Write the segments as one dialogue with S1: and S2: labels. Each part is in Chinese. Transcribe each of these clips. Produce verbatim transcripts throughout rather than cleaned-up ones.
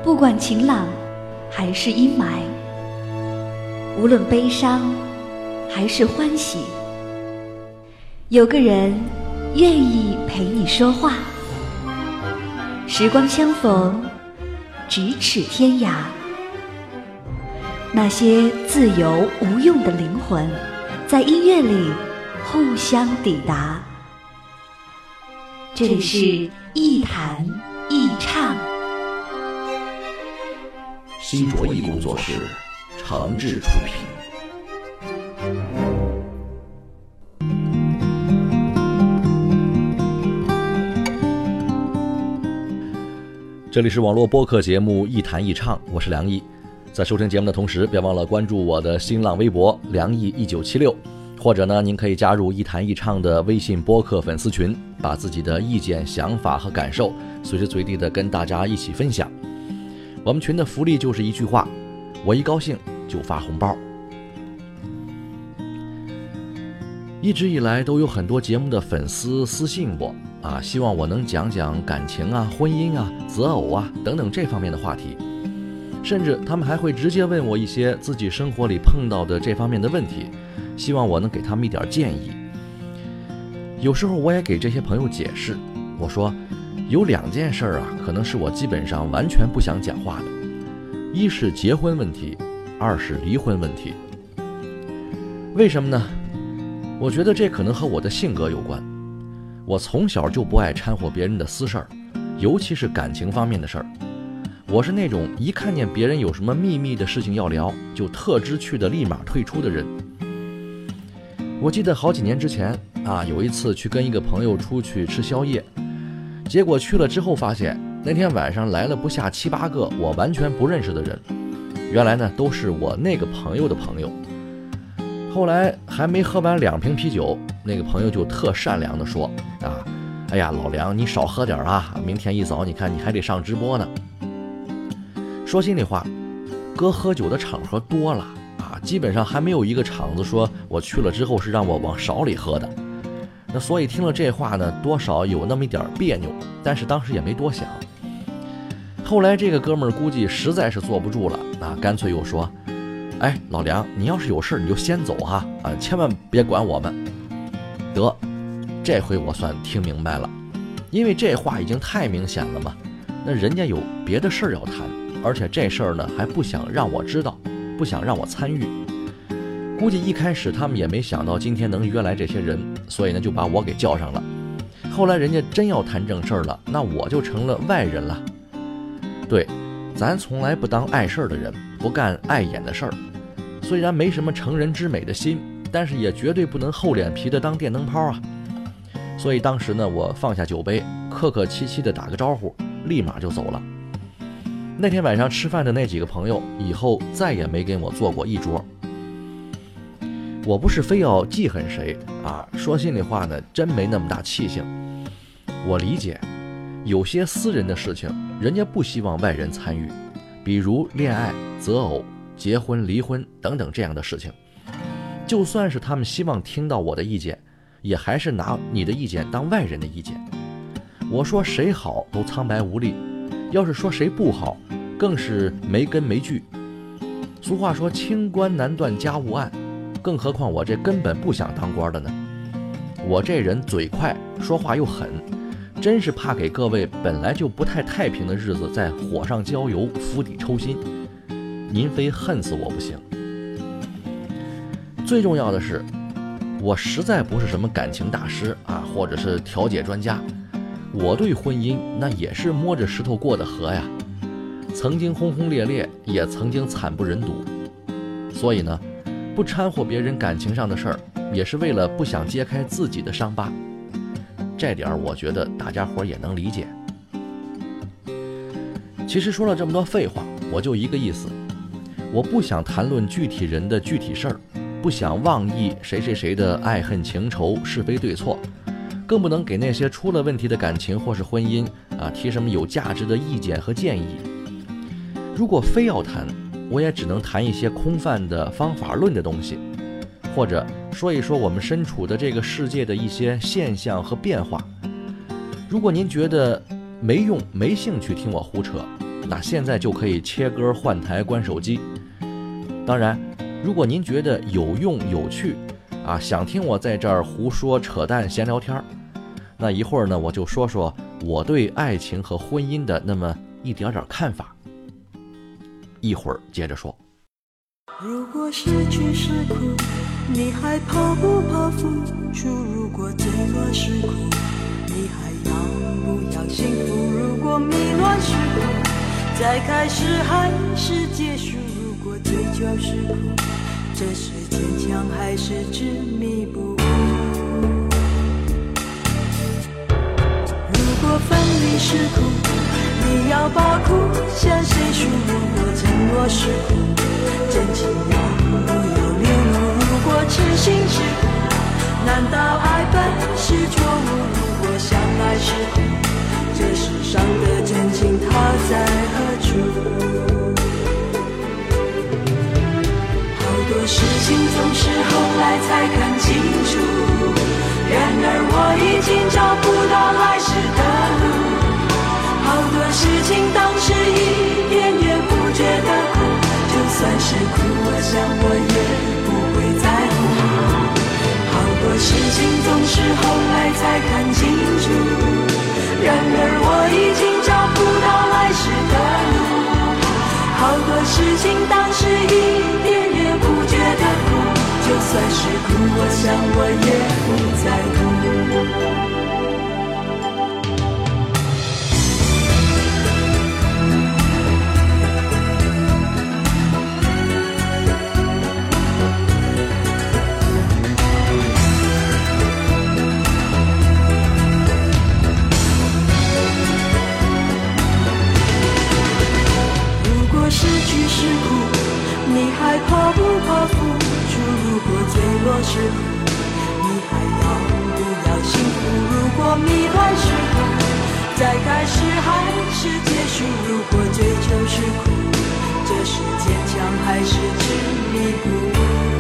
S1: 不管晴朗还是阴霾，无论悲伤还是欢喜，有个人愿意陪你说话。时光相逢，咫尺天涯。那些自由无用的灵魂，在音乐里互相抵达。这里是一弹一唱，
S2: 新卓艺工作室诚挚出品。这里是网络播客节目一弹一唱，我是梁毅。在收听节目的同时，别忘了关注我的新浪微博梁毅一九七六，或者呢，您可以加入一弹一唱的微信播客粉丝群，把自己的意见、想法和感受随时随地的跟大家一起分享。我们群的福利就是一句话：我一高兴就发红包。一直以来都有很多节目的粉丝私信我啊，希望我能讲讲感情啊、婚姻啊、择偶啊等等这方面的话题，甚至他们还会直接问我一些自己生活里碰到的这方面的问题，希望我能给他们一点建议。有时候我也给这些朋友解释，我说有两件事啊，可能是我基本上完全不想讲话的，一是结婚问题，二是离婚问题。为什么呢？我觉得这可能和我的性格有关。我从小就不爱掺和别人的私事儿，尤其是感情方面的事儿。我是那种一看见别人有什么秘密的事情要聊，就特知趣的立马退出的人。我记得好几年之前啊，有一次去跟一个朋友出去吃宵夜，结果去了之后发现，那天晚上来了不下七八个我完全不认识的人，原来呢都是我那个朋友的朋友。后来还没喝完两瓶啤酒，那个朋友就特善良地说啊，哎呀老梁，你少喝点啊，明天一早你看你还得上直播呢。说心里话，哥喝酒的场合多了啊，基本上还没有一个场子说我去了之后是让我往勺里喝的。那所以听了这话呢，多少有那么一点别扭，但是当时也没多想。后来这个哥们儿估计实在是坐不住了啊，干脆又说，哎，老梁，你要是有事你就先走哈，啊，千万别管我们。得，这回我算听明白了，因为这话已经太明显了嘛。那人家有别的事儿要谈，而且这事儿呢还不想让我知道，不想让我参与。估计一开始他们也没想到今天能约来这些人，所以呢就把我给叫上了。后来人家真要谈正事儿了，那我就成了外人了。对，咱从来不当碍事儿的人，不干碍眼的事儿。虽然没什么成人之美的心，但是也绝对不能厚脸皮的当电灯泡啊。所以当时呢，我放下酒杯，客客气气的打个招呼，立马就走了。那天晚上吃饭的那几个朋友，以后再也没跟我坐过一桌。我不是非要记恨谁啊，说心里话呢，真没那么大气性。我理解，有些私人的事情，人家不希望外人参与，比如恋爱、择偶、结婚、离婚等等这样的事情。就算是他们希望听到我的意见，也还是拿你的意见当外人的意见。我说谁好都苍白无力，要是说谁不好，更是没根没据。俗话说清官难断家务案，更何况我这根本不想当官的呢。我这人嘴快，说话又狠，真是怕给各位本来就不太太平的日子在火上浇油，釜底抽薪。您非恨死我不行。最重要的是，我实在不是什么感情大师啊，或者是调解专家。我对婚姻那也是摸着石头过的河呀，曾经轰轰烈烈，也曾经惨不忍睹。所以呢，不掺和别人感情上的事儿，也是为了不想揭开自己的伤疤。这点我觉得大家伙也能理解。其实说了这么多废话，我就一个意思，我不想谈论具体人的具体事儿，不想妄议谁谁谁的爱恨情仇是非对错，更不能给那些出了问题的感情或是婚姻啊提什么有价值的意见和建议。如果非要谈，我也只能谈一些空泛的方法论的东西，或者说一说我们身处的这个世界的一些现象和变化。如果您觉得没用没兴趣听我胡扯， 那现在就可以切歌换台关手机。当然如果您觉得有用有趣啊，想听我在这儿胡说扯淡闲聊天，那一会儿呢我就说说我对爱情和婚姻的那么一点点看法，一会儿接着说。
S3: 如果失去是苦，你还怕不怕付出？如果坠落是苦，你还要不要幸福？如果迷乱是苦，再开始还是结束？如果追求是苦，这是坚强还是执迷不悟？如果分离是苦，你要把苦向谁诉？如果承诺是苦，真情要不要流露？如果痴心是苦，难道爱本是错误？如果相爱是苦，这世上的真情它在何处？好多事情总是后来才看清楚，然而我已经找不到来时的路。好多事情当时一点也不觉得苦，就算是苦，我想我也不会在乎。好多事情总是后来才看清楚，然而我已经找不到来时的路。好多事情当时一点也不觉得苦，就算是苦，我想我也不在乎。失去是苦，你还怕不怕付出？如果坠落是苦，你还要不要幸福？如果迷乱是苦，再开始还是结束？如果追求是苦，这是坚强还是执迷不悟？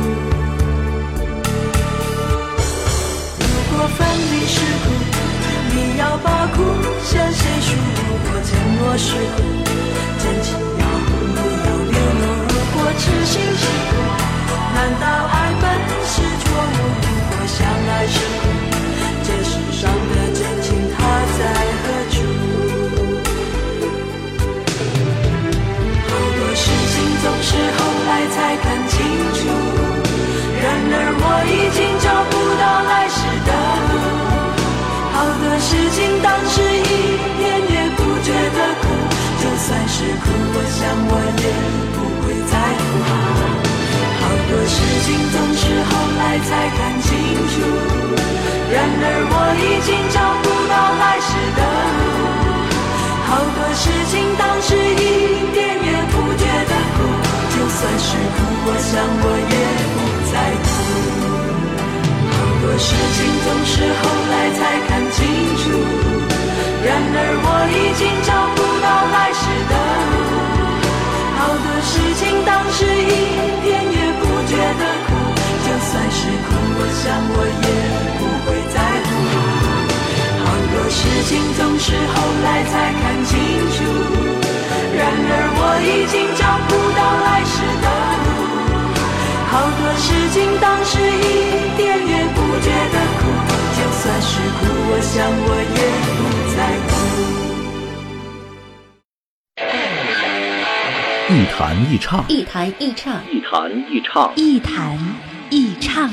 S3: 如果分离是苦，你要把苦向谁诉？如果承诺是苦，真情痴心是苦，难道爱本是错误？如果相爱是苦，这世上的真情它在何处？好多事情总是后来才看清楚，然而我已经找不到来时的路。好多事情当时一点也不觉得苦，就算是苦，我想我也不会在乎。好多事情总是后来才看清楚，然而我已经找不到来时的路。好多事情当时一点也不觉得苦，就算是苦，我想我也不在乎。好多事情总是后来才看清楚，然而我已经找不到来时的路。好多事情当时一点也不觉得苦，就算是苦，我想我也不会在乎。好多事情总是后来才看清楚，然而我已经找不到来时的路。好多事情当时一点也不觉得苦，就算是苦，我想我也不在乎。
S2: 一弹一唱，
S1: 一弹一唱，
S2: 一弹一唱，
S1: 一弹一唱。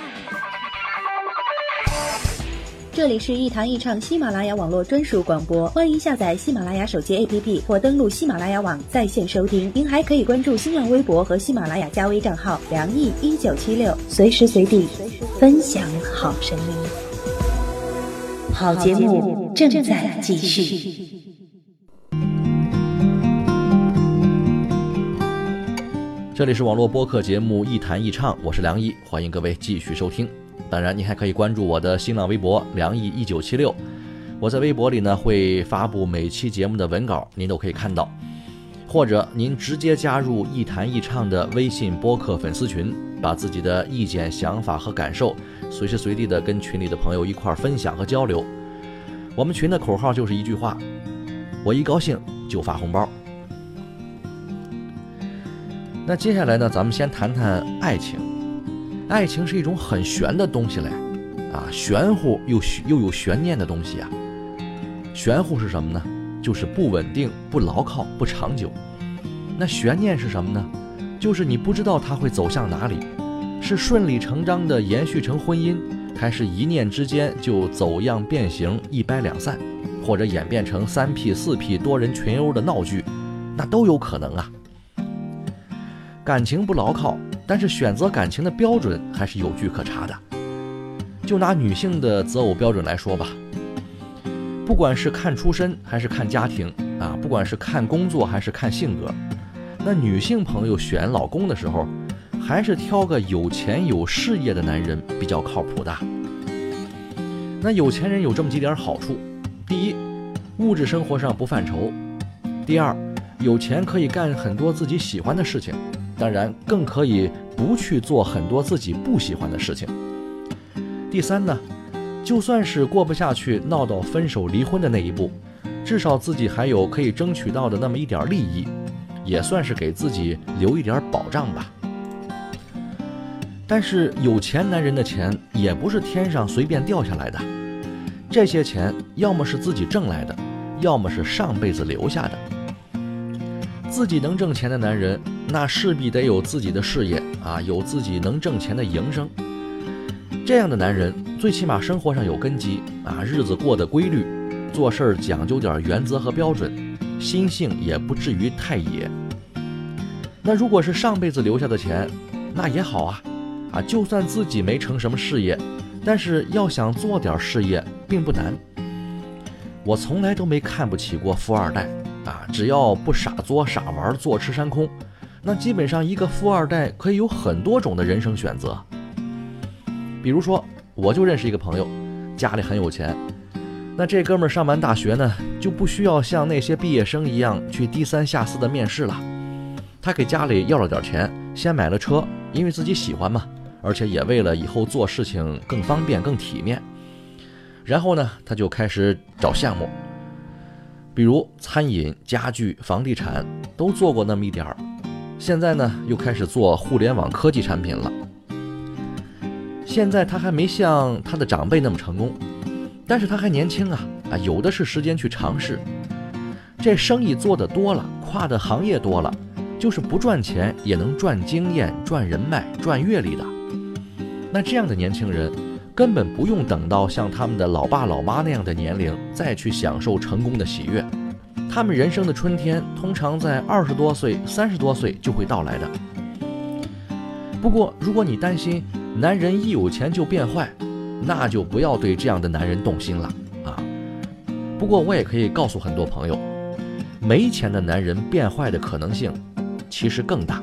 S4: 这里是一弹一唱喜马拉雅网络专属广播，欢迎下载喜马拉雅手机 A P P 或登录喜马拉雅网在线收听。您还可以关注新浪微博和喜马拉雅加微账号梁毅一九七六，随时随地分享好声音。好节目正在继续。
S2: 这里是网络播客节目一弹一唱，我是梁毅，欢迎各位继续收听。当然你还可以关注我的新浪微博梁毅一九七六，我在微博里呢会发布每期节目的文稿，您都可以看到，或者您直接加入一弹一唱的微信播客粉丝群，把自己的意见想法和感受随时随地的跟群里的朋友一块分享和交流。我们群的口号就是一句话，我一高兴就发红包， 那接下来呢，咱们先谈谈爱情。爱情是一种很玄的东西嘞，啊，玄乎又又有悬念的东西啊。玄乎是什么呢？就是不稳定、不牢靠、不长久。那悬念是什么呢？就是你不知道它会走向哪里，是顺理成章的延续成婚姻，还是一念之间就走样变形、一掰两散，或者演变成三 P 四 P 多人群殴的闹剧，那都有可能啊。感情不牢靠，但是选择感情的标准还是有据可查的。就拿女性的择偶标准来说吧，不管是看出身还是看家庭啊，不管是看工作还是看性格，那女性朋友选老公的时候，还是挑个有钱有事业的男人比较靠谱的。那有钱人有这么几点好处：第一，物质生活上不犯愁；第二，有钱可以干很多自己喜欢的事情，当然更可以不去做很多自己不喜欢的事情。第三呢，就算是过不下去，闹到分手离婚的那一步，至少自己还有可以争取到的那么一点利益，也算是给自己留一点保障吧。但是有钱男人的钱也不是天上随便掉下来的，这些钱要么是自己挣来的，要么是上辈子留下的。自己能挣钱的男人，那势必得有自己的事业啊，有自己能挣钱的营生。这样的男人最起码生活上有根基啊，日子过得规律，做事儿讲究点原则和标准，心性也不至于太野。那如果是上辈子留下的钱，那也好啊，啊，就算自己没成什么事业，但是要想做点事业并不难。我从来都没看不起过富二代啊，只要不傻作傻玩坐吃山空，那基本上一个富二代可以有很多种的人生选择。比如说，我就认识一个朋友，家里很有钱，那这哥们儿上完大学呢，就不需要像那些毕业生一样去低三下四的面试了。他给家里要了点钱，先买了车，因为自己喜欢嘛，而且也为了以后做事情更方便更体面。然后呢，他就开始找项目，比如餐饮、家具、房地产都做过那么一点儿，现在呢又开始做互联网科技产品了。现在他还没像他的长辈那么成功，但是他还年轻啊，啊，有的是时间去尝试。这生意做得多了，跨的行业多了，就是不赚钱也能赚经验、赚人脉、赚阅历的。那这样的年轻人根本不用等到像他们的老爸老妈那样的年龄再去享受成功的喜悦，他们人生的春天通常在二十多岁、三十多岁就会到来的。不过，如果你担心男人一有钱就变坏，那就不要对这样的男人动心了啊。不过我也可以告诉很多朋友，没钱的男人变坏的可能性其实更大。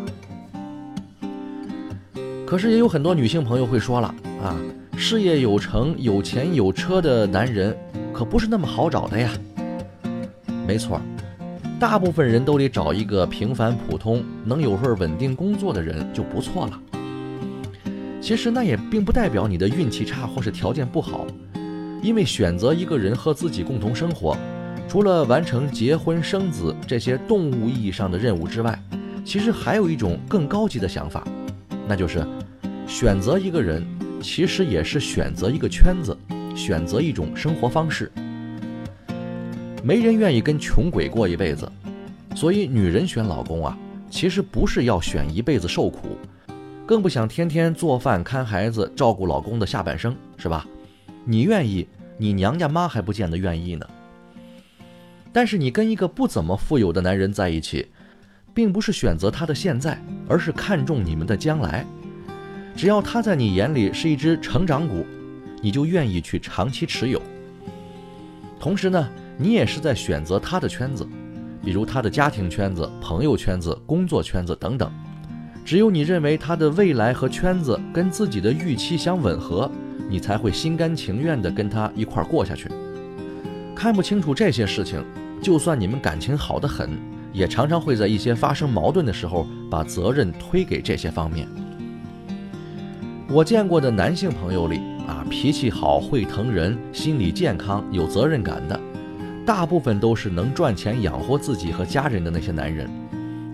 S2: 可是也有很多女性朋友会说了啊，事业有成、有钱有车的男人可不是那么好找的呀。没错，大部分人都得找一个平凡普通、能有份稳定工作的人就不错了。其实那也并不代表你的运气差或是条件不好，因为选择一个人和自己共同生活，除了完成结婚生子这些动物意义上的任务之外，其实还有一种更高级的想法，那就是选择一个人其实也是选择一个圈子，选择一种生活方式。没人愿意跟穷鬼过一辈子，所以女人选老公啊，其实不是要选一辈子受苦，更不想天天做饭看孩子照顾老公的下半生，是吧？你愿意，你娘家妈还不见得愿意呢。但是你跟一个不怎么富有的男人在一起，并不是选择他的现在，而是看重你们的将来。只要他在你眼里是一只成长股，你就愿意去长期持有。同时呢，你也是在选择他的圈子，比如他的家庭圈子、朋友圈子、工作圈子等等。只有你认为他的未来和圈子跟自己的预期相吻合，你才会心甘情愿地跟他一块过下去。看不清楚这些事情，就算你们感情好得很，也常常会在一些发生矛盾的时候把责任推给这些方面。我见过的男性朋友里啊，脾气好、会疼人、心理健康、有责任感的，大部分都是能赚钱养活自己和家人的那些男人。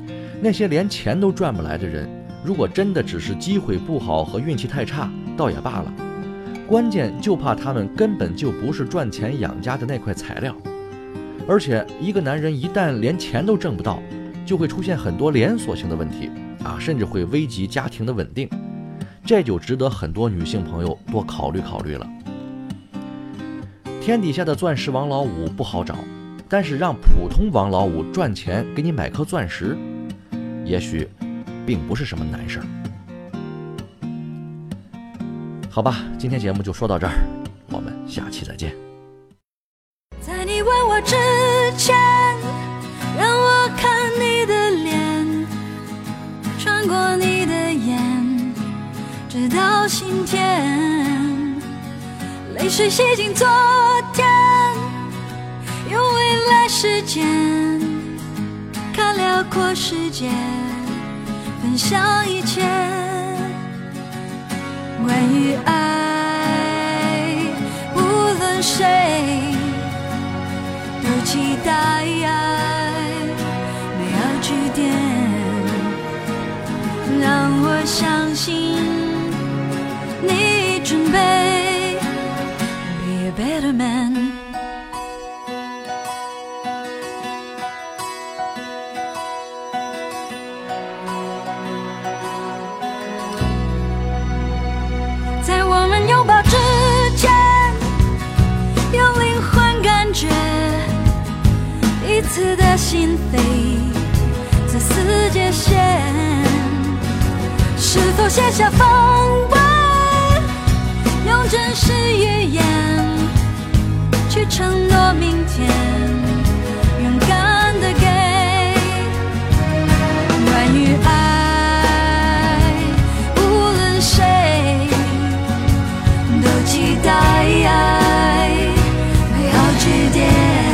S2: 那些连钱都赚不来的人，如果真的只是机会不好和运气太差，倒也罢了。关键就怕他们根本就不是赚钱养家的那块材料。而且一个男人一旦连钱都挣不到，就会出现很多连锁性的问题啊，甚至会危及家庭的稳定。这就值得很多女性朋友多考虑考虑了。天底下的钻石王老五不好找，但是让普通王老五赚钱给你买颗钻石，也许并不是什么难事儿。好吧，今天节目就说到这儿，我们下期再见。
S3: 在你问我之前，让我看你的脸，穿过你的眼，直到心田，泪水洗净昨天，用未来时间看辽阔世界，分享一切。关于爱，无论谁都期待美好句点，让我相信你准备 Be a better man。拥抱之前，用灵魂感觉彼此的心扉，自私界限，是否写下风味，用真实语言去承诺明天，勇敢的给。关于爱，无论谁都期待美好句点，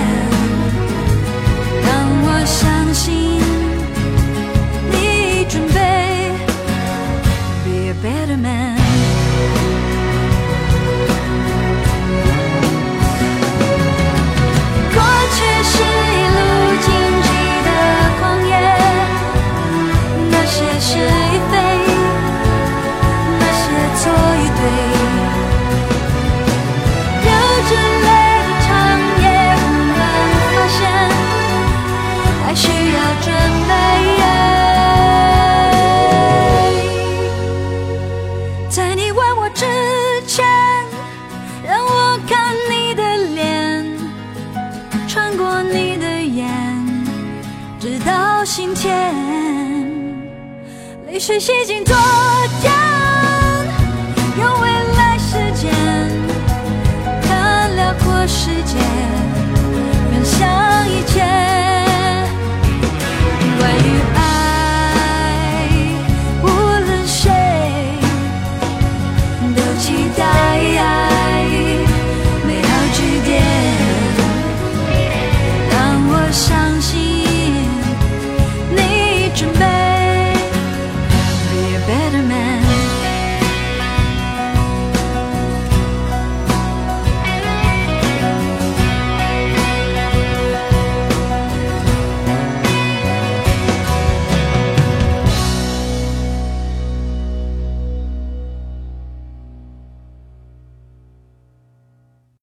S3: 让我相信你准备 Be a better man。 过去是一路荆棘的旷野，那些是与非，那些错与对，之类的长夜，我们发现还需要准备。在你问我之前，让我看你的脸，穿过你的眼，直到心田，泪水洗净昨